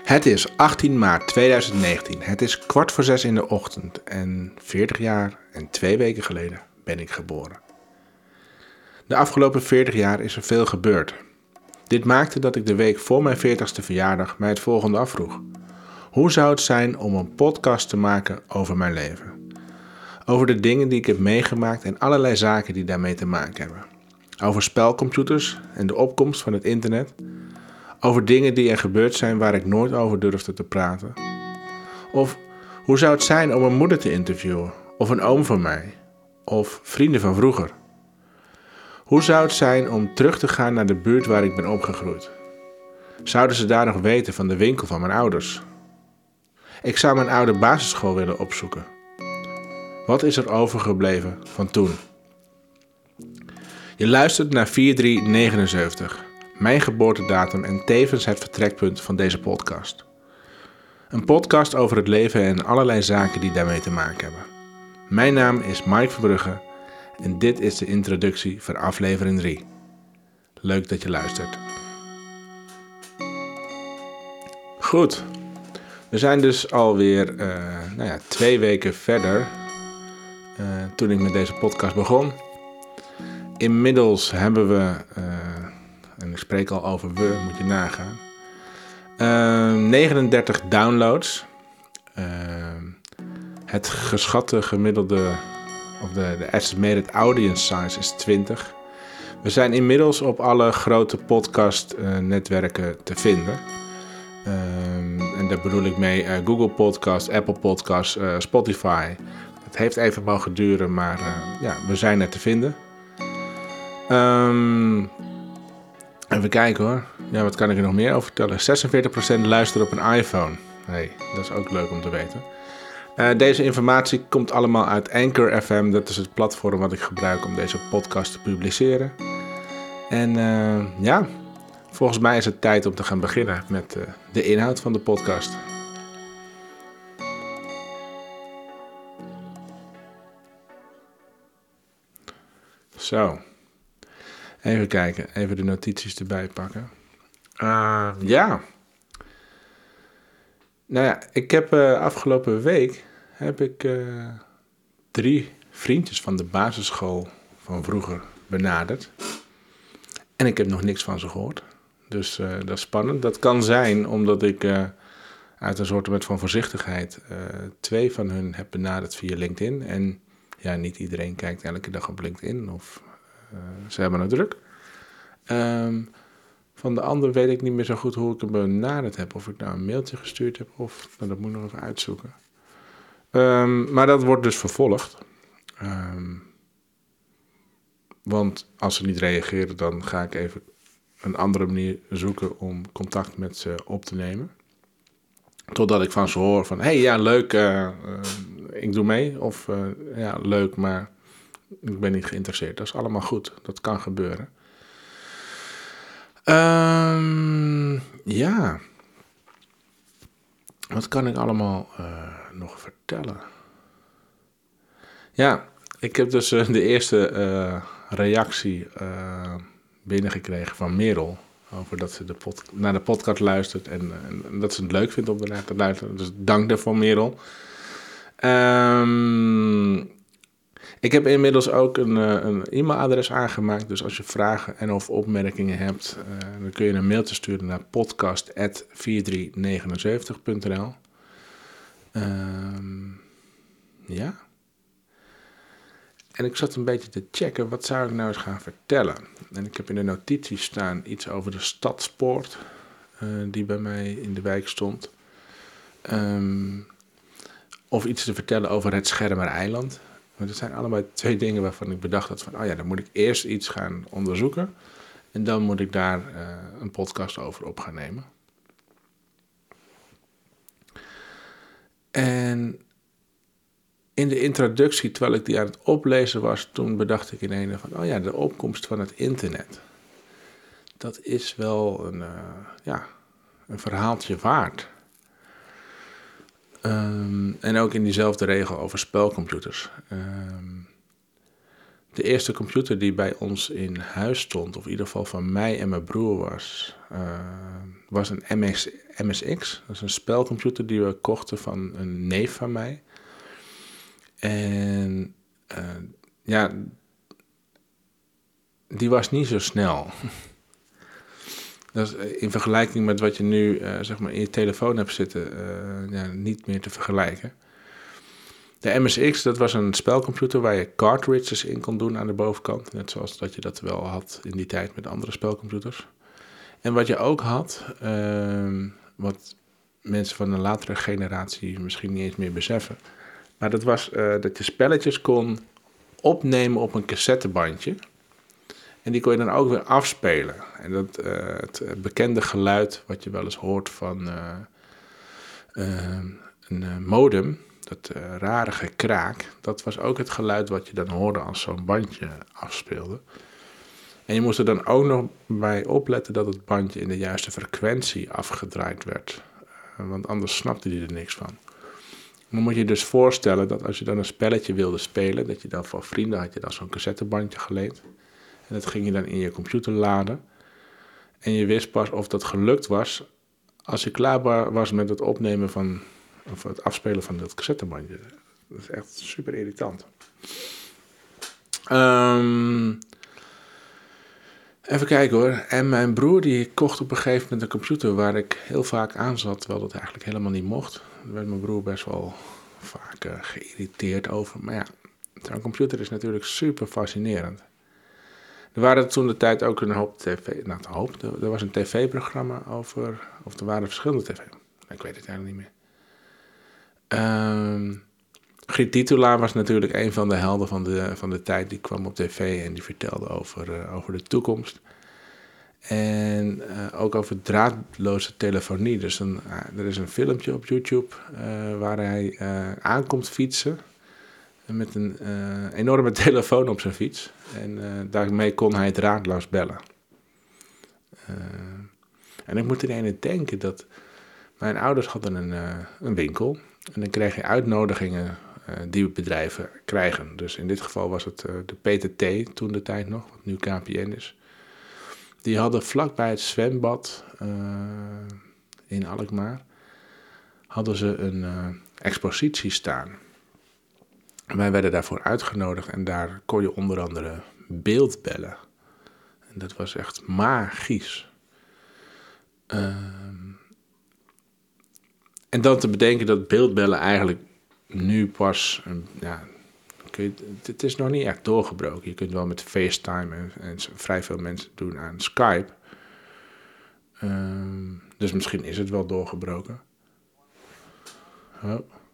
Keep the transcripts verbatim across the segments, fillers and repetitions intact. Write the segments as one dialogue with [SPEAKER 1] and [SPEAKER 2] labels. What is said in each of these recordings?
[SPEAKER 1] Het is achttien maart tweeduizend negentien. Het is kwart voor zes in de ochtend en veertig jaar en twee weken geleden ben ik geboren. De afgelopen veertig jaar is er veel gebeurd. Dit maakte dat ik de week voor mijn veertigste verjaardag mij het volgende afvroeg. Hoe zou het zijn om een podcast te maken over mijn leven? Over de dingen die ik heb meegemaakt en allerlei zaken die daarmee te maken hebben. Over spelcomputers en de opkomst van het internet. Over dingen die er gebeurd zijn waar ik nooit over durfde te praten. Of hoe zou het zijn om een moeder te interviewen? Of een oom van mij? Of vrienden van vroeger? Hoe zou het zijn om terug te gaan naar de buurt waar ik ben opgegroeid? Zouden ze daar nog weten van de winkel van mijn ouders? Ik zou mijn oude basisschool willen opzoeken. Wat is er overgebleven van toen? Je luistert naar vier drie negenenzeventig, mijn geboortedatum en tevens het vertrekpunt van deze podcast. Een podcast over het leven en allerlei zaken die daarmee te maken hebben. Mijn naam is Mike Verbrugge en dit is de introductie van aflevering drie. Leuk dat je luistert. Goed, we zijn dus alweer uh, nou ja, twee weken verder uh, toen ik met deze podcast begon. Inmiddels hebben we, uh, en ik spreek al over we, moet je nagaan, uh, negenendertig downloads. Uh, het geschatte gemiddelde, of de, de estimated audience size is twintig. We zijn inmiddels op alle grote podcast-netwerken te vinden. Uh, en daar bedoel ik mee uh, Google Podcast, Apple Podcast, uh, Spotify. Het heeft even mogen duren, maar uh, ja, we zijn er te vinden. Um, even kijken hoor. Ja, wat kan ik er nog meer over vertellen? zesenveertig procent luistert op een iPhone. Hey, dat is ook leuk om te weten. Uh, deze informatie komt allemaal uit Anchor F M. Dat is het platform wat ik gebruik om deze podcast te publiceren. En uh, ja, volgens mij is het tijd om te gaan beginnen met uh, de inhoud van de podcast. Zo. Even kijken, even de notities erbij pakken. Uh, ja. Nou ja, ik heb uh, afgelopen week heb ik uh, drie vriendjes van de basisschool van vroeger benaderd. En ik heb nog niks van ze gehoord. Dus uh, dat is spannend. Dat kan zijn omdat ik uh, uit een soort van voorzichtigheid uh, twee van hun heb benaderd via LinkedIn. En ja, niet iedereen kijkt elke dag op LinkedIn of uh, ze hebben het druk. Um, van de ander weet ik niet meer zo goed hoe ik hem benaderd heb. Of ik nou een mailtje gestuurd heb of... Nou, dat moet ik nog even uitzoeken. Um, maar dat wordt dus vervolgd. Um, want als ze niet reageren, dan ga ik even een andere manier zoeken om contact met ze op te nemen. Totdat ik van ze hoor van... Hé, hey, ja, leuk, uh, uh, ik doe mee. Of uh, ja, leuk, maar ik ben niet geïnteresseerd. Dat is allemaal goed. Dat kan gebeuren. Um, ja, wat kan ik allemaal uh, nog vertellen? Ja, ik heb dus uh, de eerste uh, reactie uh, binnengekregen van Merel. Over dat ze de pod- naar de podcast luistert en, uh, en dat ze het leuk vindt om ernaar te luisteren. Dus dank daarvoor, Merel. Um, Ik heb inmiddels ook een, een e-mailadres aangemaakt. Dus als je vragen en of opmerkingen hebt, uh, dan kun je een mailtje sturen naar podcast at vier drie negenenzeventig punt n l. Um, ja. En ik zat een beetje te checken, wat zou ik nou eens gaan vertellen? En ik heb in de notities staan iets over de stadspoort, uh, die bij mij in de wijk stond. Um, of iets te vertellen over het Schermereiland. Maar dat zijn allebei twee dingen waarvan ik bedacht had van... oh ja, dan moet ik eerst iets gaan onderzoeken... en dan moet ik daar uh, een podcast over op gaan nemen. En in de introductie, terwijl ik die aan het oplezen was... toen bedacht ik in een van... oh ja, de opkomst van het internet. Dat is wel een, uh, ja, een verhaaltje waard... Um, en ook in diezelfde regel over spelcomputers. Um, De eerste computer die bij ons in huis stond, of in ieder geval van mij en mijn broer was, uh, was een M S, M S X. Dat is een spelcomputer die we kochten van een neef van mij. En uh, ja, die was niet zo snel. Dat is in vergelijking met wat je nu uh, zeg maar in je telefoon hebt zitten, uh, ja, niet meer te vergelijken. De M S X, dat was een spelcomputer waar je cartridges in kon doen aan de bovenkant. Net zoals dat je dat wel had in die tijd met andere spelcomputers. En wat je ook had, uh, wat mensen van een latere generatie misschien niet eens meer beseffen. Maar dat was uh, dat je spelletjes kon opnemen op een cassettebandje. En die kon je dan ook weer afspelen. En dat, uh, het bekende geluid wat je wel eens hoort van uh, uh, een uh, modem, dat uh, rare gekraak, dat was ook het geluid wat je dan hoorde als zo'n bandje afspeelde. En je moest er dan ook nog bij opletten dat het bandje in de juiste frequentie afgedraaid werd. Uh, want anders snapte hij er niks van. Dan moet je je dus voorstellen dat als je dan een spelletje wilde spelen, dat je dan voor vrienden had je dan zo'n cassettebandje geleend. En dat ging je dan in je computer laden. En je wist pas of dat gelukt was als je klaar was met het opnemen van, of het afspelen van dat cassettebandje. Dat is echt super irritant. Um, even kijken hoor. En mijn broer die kocht op een gegeven moment een computer waar ik heel vaak aan zat, terwijl dat eigenlijk helemaal niet mocht. Daar werd mijn broer best wel vaak uh, geïrriteerd over. Maar ja, zo'n computer is natuurlijk super fascinerend. Er waren toen de tijd ook een hoop tv... Nou, een hoop. Er was een tv-programma over... Of er waren verschillende tv... Ik weet het eigenlijk niet meer. Um, Griet Titulaar was natuurlijk een van de helden van de, van de tijd. Die kwam op tv en die vertelde over, uh, over de toekomst. En uh, ook over draadloze telefonie. Dus een, uh, er is een filmpje op YouTube uh, waar hij uh, aankomt fietsen. Met een uh, enorme telefoon op zijn fiets. En uh, daarmee kon hij draadloos bellen. Uh, en ik moet ineens denken dat... Mijn ouders hadden een, uh, een winkel. En dan kreeg je uitnodigingen uh, die bedrijven krijgen. Dus in dit geval was het uh, de P T T, toen de tijd nog, wat nu K P N is. Die hadden vlakbij het zwembad uh, in Alkmaar... hadden ze een uh, expositie staan... Wij werden daarvoor uitgenodigd en daar kon je onder andere beeldbellen. En dat was echt magisch. Uh, en dan te bedenken dat beeldbellen eigenlijk nu pas... Uh, ja, kun je, het is nog niet echt doorgebroken. Je kunt wel met FaceTime en, en vrij veel mensen doen aan Skype. Uh, dus misschien is het wel doorgebroken. Oh.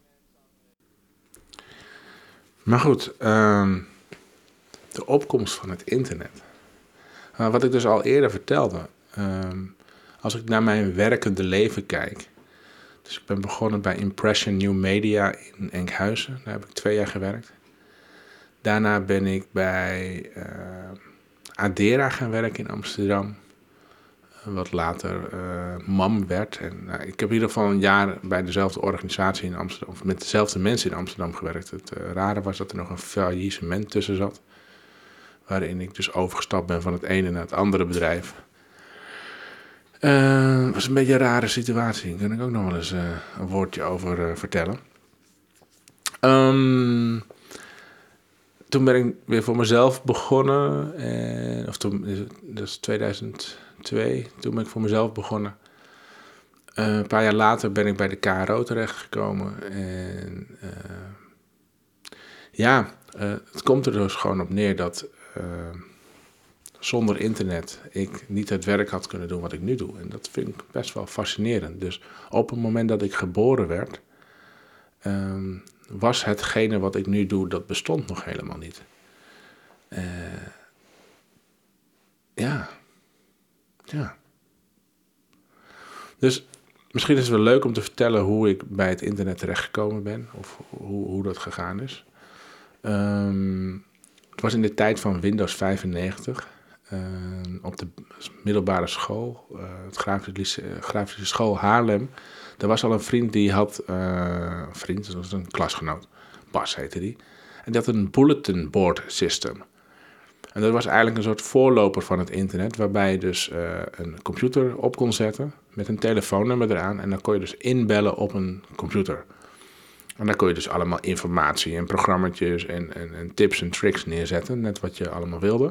[SPEAKER 1] Maar goed, uh, de opkomst van het internet. Uh, wat ik dus al eerder vertelde. Uh, als ik naar mijn werkende leven kijk. Dus ik ben begonnen bij Impression New Media in Enkhuizen. Daar heb ik twee jaar gewerkt. Daarna ben ik bij uh, Adera gaan werken in Amsterdam. Wat later uh, M A M werd. En, uh, ik heb in ieder geval een jaar bij dezelfde organisatie in Amsterdam, of met dezelfde mensen in Amsterdam gewerkt. Het uh, rare was dat er nog een faillissement tussen zat. Waarin ik dus overgestapt ben van het ene naar het andere bedrijf. Het uh, was een beetje een rare situatie. Daar kan ik ook nog wel eens uh, een woordje over uh, vertellen. Um, toen ben ik weer voor mezelf begonnen. En, of toen, dat is tweeduizend twee. Toen ben ik voor mezelf begonnen. Uh, een paar jaar later ben ik bij de K R O terechtgekomen. En uh, ja, uh, het komt er dus gewoon op neer dat uh, zonder internet ik niet het werk had kunnen doen wat ik nu doe. En dat vind ik best wel fascinerend. Dus op het moment dat ik geboren werd, um, was hetgene wat ik nu doe, dat bestond nog helemaal niet. Uh, ja. Ja. Dus misschien is het wel leuk om te vertellen hoe ik bij het internet terechtgekomen ben. Of hoe, hoe dat gegaan is. Um, het was in de tijd van Windows vijfennegentig. Uh, op de middelbare school. Uh, het Grafische, Grafische School Haarlem. Er was al een vriend die had... Uh, vriend, dat was een klasgenoot. Bas heette die. En die had een bulletin board system. En dat was eigenlijk een soort voorloper van het internet, waarbij je dus uh, een computer op kon zetten met een telefoonnummer eraan. En dan kon je dus inbellen op een computer. En daar kon je dus allemaal informatie en programma's en, en, en tips en tricks neerzetten, net wat je allemaal wilde.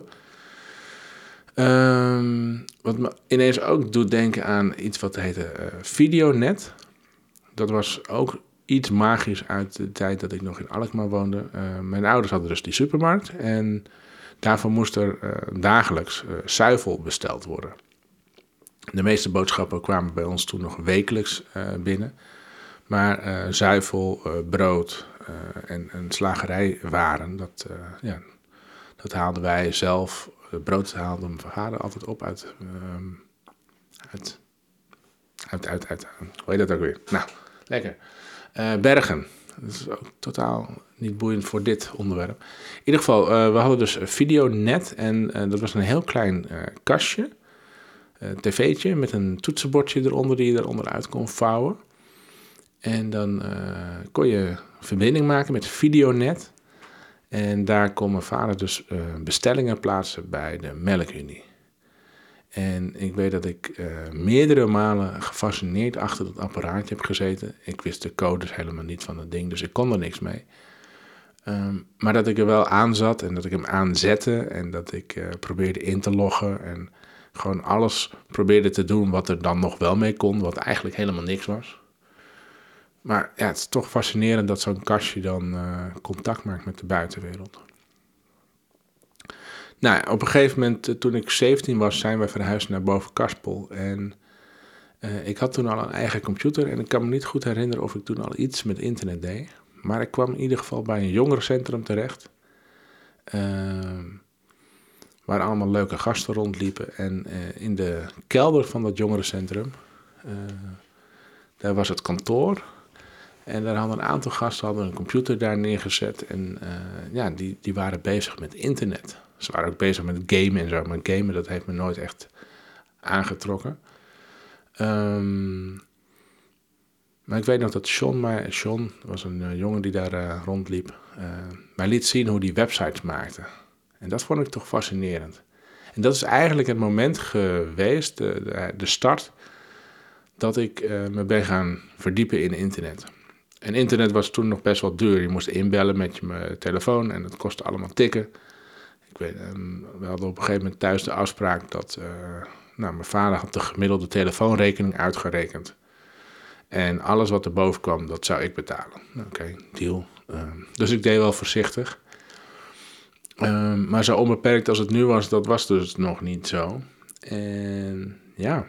[SPEAKER 1] Um, wat me ineens ook doet denken aan iets wat heette uh, Videonet. Dat was ook iets magisch uit de tijd dat ik nog in Alkmaar woonde. Uh, mijn ouders hadden dus die supermarkt en daarvoor moest er uh, dagelijks uh, zuivel besteld worden. De meeste boodschappen kwamen bij ons toen nog wekelijks uh, binnen. Maar uh, zuivel, uh, brood uh, en, en slagerijwaren, dat, uh, ja, dat haalden wij zelf. Uh, brood haalde mijn vader altijd op uit, uh, uit, uit, uit, uit, hoe heet dat ook weer? Nou, lekker. Uh, Bergen. Dat is ook totaal niet boeiend voor dit onderwerp. In ieder geval, uh, we hadden dus Videonet en uh, dat was een heel klein uh, kastje. Een tv'tje met een toetsenbordje eronder die je eronder uit kon vouwen. En dan uh, kon je verbinding maken met Videonet. En daar kon mijn vader dus uh, bestellingen plaatsen bij de Melkunie. En ik weet dat ik uh, meerdere malen gefascineerd achter dat apparaatje heb gezeten. Ik wist de codes helemaal niet van het ding, dus ik kon er niks mee. Um, maar dat ik er wel aan zat en dat ik hem aanzette en dat ik uh, probeerde in te loggen en gewoon alles probeerde te doen wat er dan nog wel mee kon, wat eigenlijk helemaal niks was. Maar ja, het is toch fascinerend dat zo'n kastje dan uh, contact maakt met de buitenwereld. Nou, op een gegeven moment, toen ik zeventien was, zijn we verhuisd naar Boven-Karspel. En uh, ik had toen al een eigen computer en ik kan me niet goed herinneren of ik toen al iets met internet deed. Maar ik kwam in ieder geval bij een jongerencentrum terecht, uh, waar allemaal leuke gasten rondliepen. En uh, in de kelder van dat jongerencentrum, uh, daar was het kantoor. En daar hadden een aantal gasten hadden een computer daar neergezet en uh, ja, die, die waren bezig met internet. Ze waren ook bezig met gamen en zo, maar gamen dat heeft me nooit echt aangetrokken. Um, maar ik weet nog dat John, mij, John was een uh, jongen die daar uh, rondliep, uh, mij liet zien hoe die websites maakte. En dat vond ik toch fascinerend. En dat is eigenlijk het moment geweest, de, de, de start, dat ik uh, me ben gaan verdiepen in internet. En internet was toen nog best wel duur. Je moest inbellen met je telefoon en dat kostte allemaal tikken. Ik weet, um, we hadden op een gegeven moment thuis de afspraak dat... Uh, nou, mijn vader had de gemiddelde telefoonrekening uitgerekend. En alles wat erboven kwam, dat zou ik betalen. Oké, okay, deal. Um, dus ik deed wel voorzichtig. Um, maar zo onbeperkt als het nu was, dat was dus nog niet zo. En ja...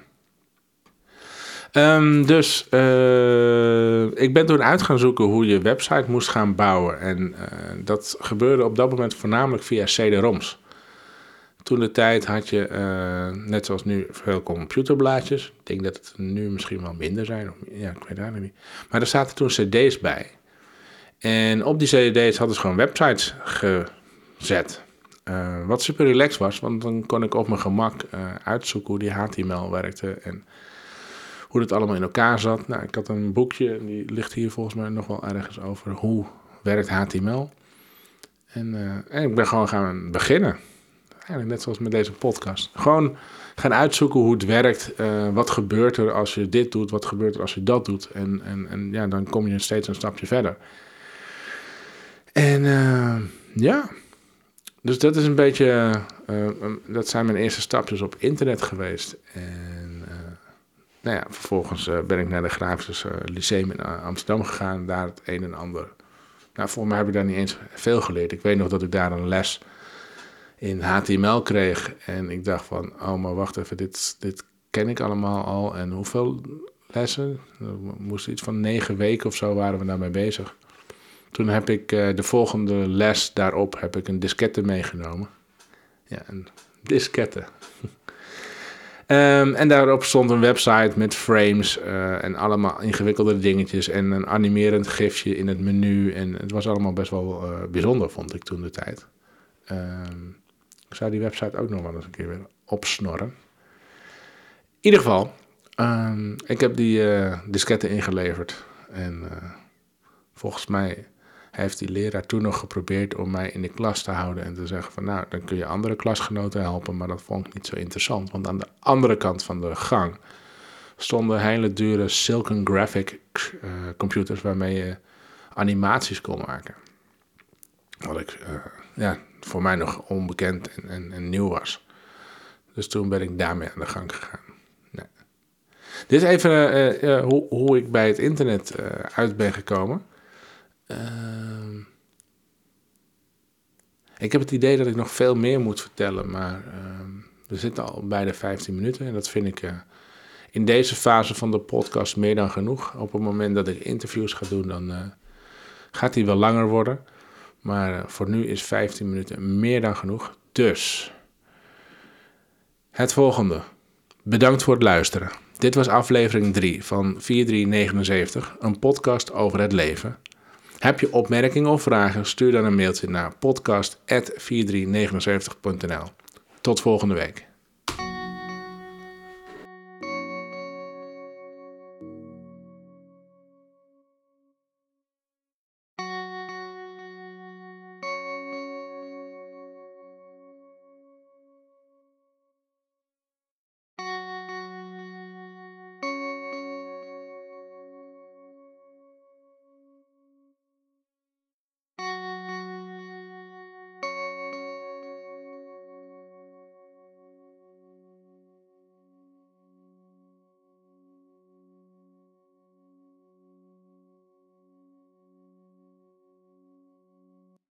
[SPEAKER 1] Um, dus uh, ik ben toen uit gaan zoeken hoe je website moest gaan bouwen. En uh, dat gebeurde op dat moment voornamelijk via C D-ROMs. Toen de tijd had je, uh, net zoals nu, veel computerblaadjes. Ik denk dat het nu misschien wel minder zijn. Of, ja, ik weet het eigenlijk niet. Maar er zaten toen cd's bij. En op die cd's hadden ze gewoon websites gezet. Uh, wat super relaxed was, want dan kon ik op mijn gemak uh, uitzoeken hoe die H T M L werkte en hoe het allemaal in elkaar zat. Nou, ik had een boekje, die ligt hier volgens mij nog wel ergens over hoe werkt H T M L. En, uh, en ik ben gewoon gaan beginnen. Eigenlijk net zoals met deze podcast. Gewoon gaan uitzoeken hoe het werkt. Uh, wat gebeurt er als je dit doet? Wat gebeurt er als je dat doet? En, en, en ja, dan kom je steeds een stapje verder. En uh, ja, dus dat is een beetje, uh, um, dat zijn mijn eerste stapjes op internet geweest. En uh, nou ja, vervolgens uh, ben ik naar de Grafische uh, Lyceum in Amsterdam gegaan. Daar het een en ander. Nou, volgens mij heb ik daar niet eens veel geleerd. Ik weet nog dat ik daar een les in H T M L kreeg. En ik dacht van, oh maar wacht even, dit, dit ken ik allemaal al. En hoeveel lessen? We moesten iets van negen weken of zo waren we daarmee bezig. Toen heb ik uh, de volgende les daarop heb ik een diskette meegenomen. Ja, een diskette. um, en daarop stond een website met frames uh, en allemaal ingewikkelde dingetjes. En een animerend gifje in het menu. En het was allemaal best wel uh, bijzonder, vond ik toen de tijd. Um, ik zou die website ook nog wel eens een keer weer opsnorren. In ieder geval, um, ik heb die uh, diskette ingeleverd. En uh, volgens mij heeft die leraar toen nog geprobeerd om mij in de klas te houden en te zeggen van nou, dan kun je andere klasgenoten helpen, maar dat vond ik niet zo interessant. Want aan de andere kant van de gang stonden hele dure Silicon Graphic uh, computers waarmee je animaties kon maken. Wat ik, uh, ja, voor mij nog onbekend en, en, en nieuw was. Dus toen ben ik daarmee aan de gang gegaan. Nee. Dit is even uh, uh, hoe, hoe ik bij het internet uh, uit ben gekomen. Uh, ik heb het idee dat ik nog veel meer moet vertellen, maar uh, we zitten al bij de vijftien minuten en dat vind ik uh, in deze fase van de podcast meer dan genoeg. Op het moment dat ik interviews ga doen, dan uh, gaat die wel langer worden. Maar uh, voor nu is vijftien minuten meer dan genoeg. Dus, het volgende. Bedankt voor het luisteren. Dit was aflevering drie van vier drie negenenzeventig, een podcast over het leven. Heb je opmerkingen of vragen, stuur dan een mailtje naar podcast at vier drie negenenzeventig punt n l. Tot volgende week.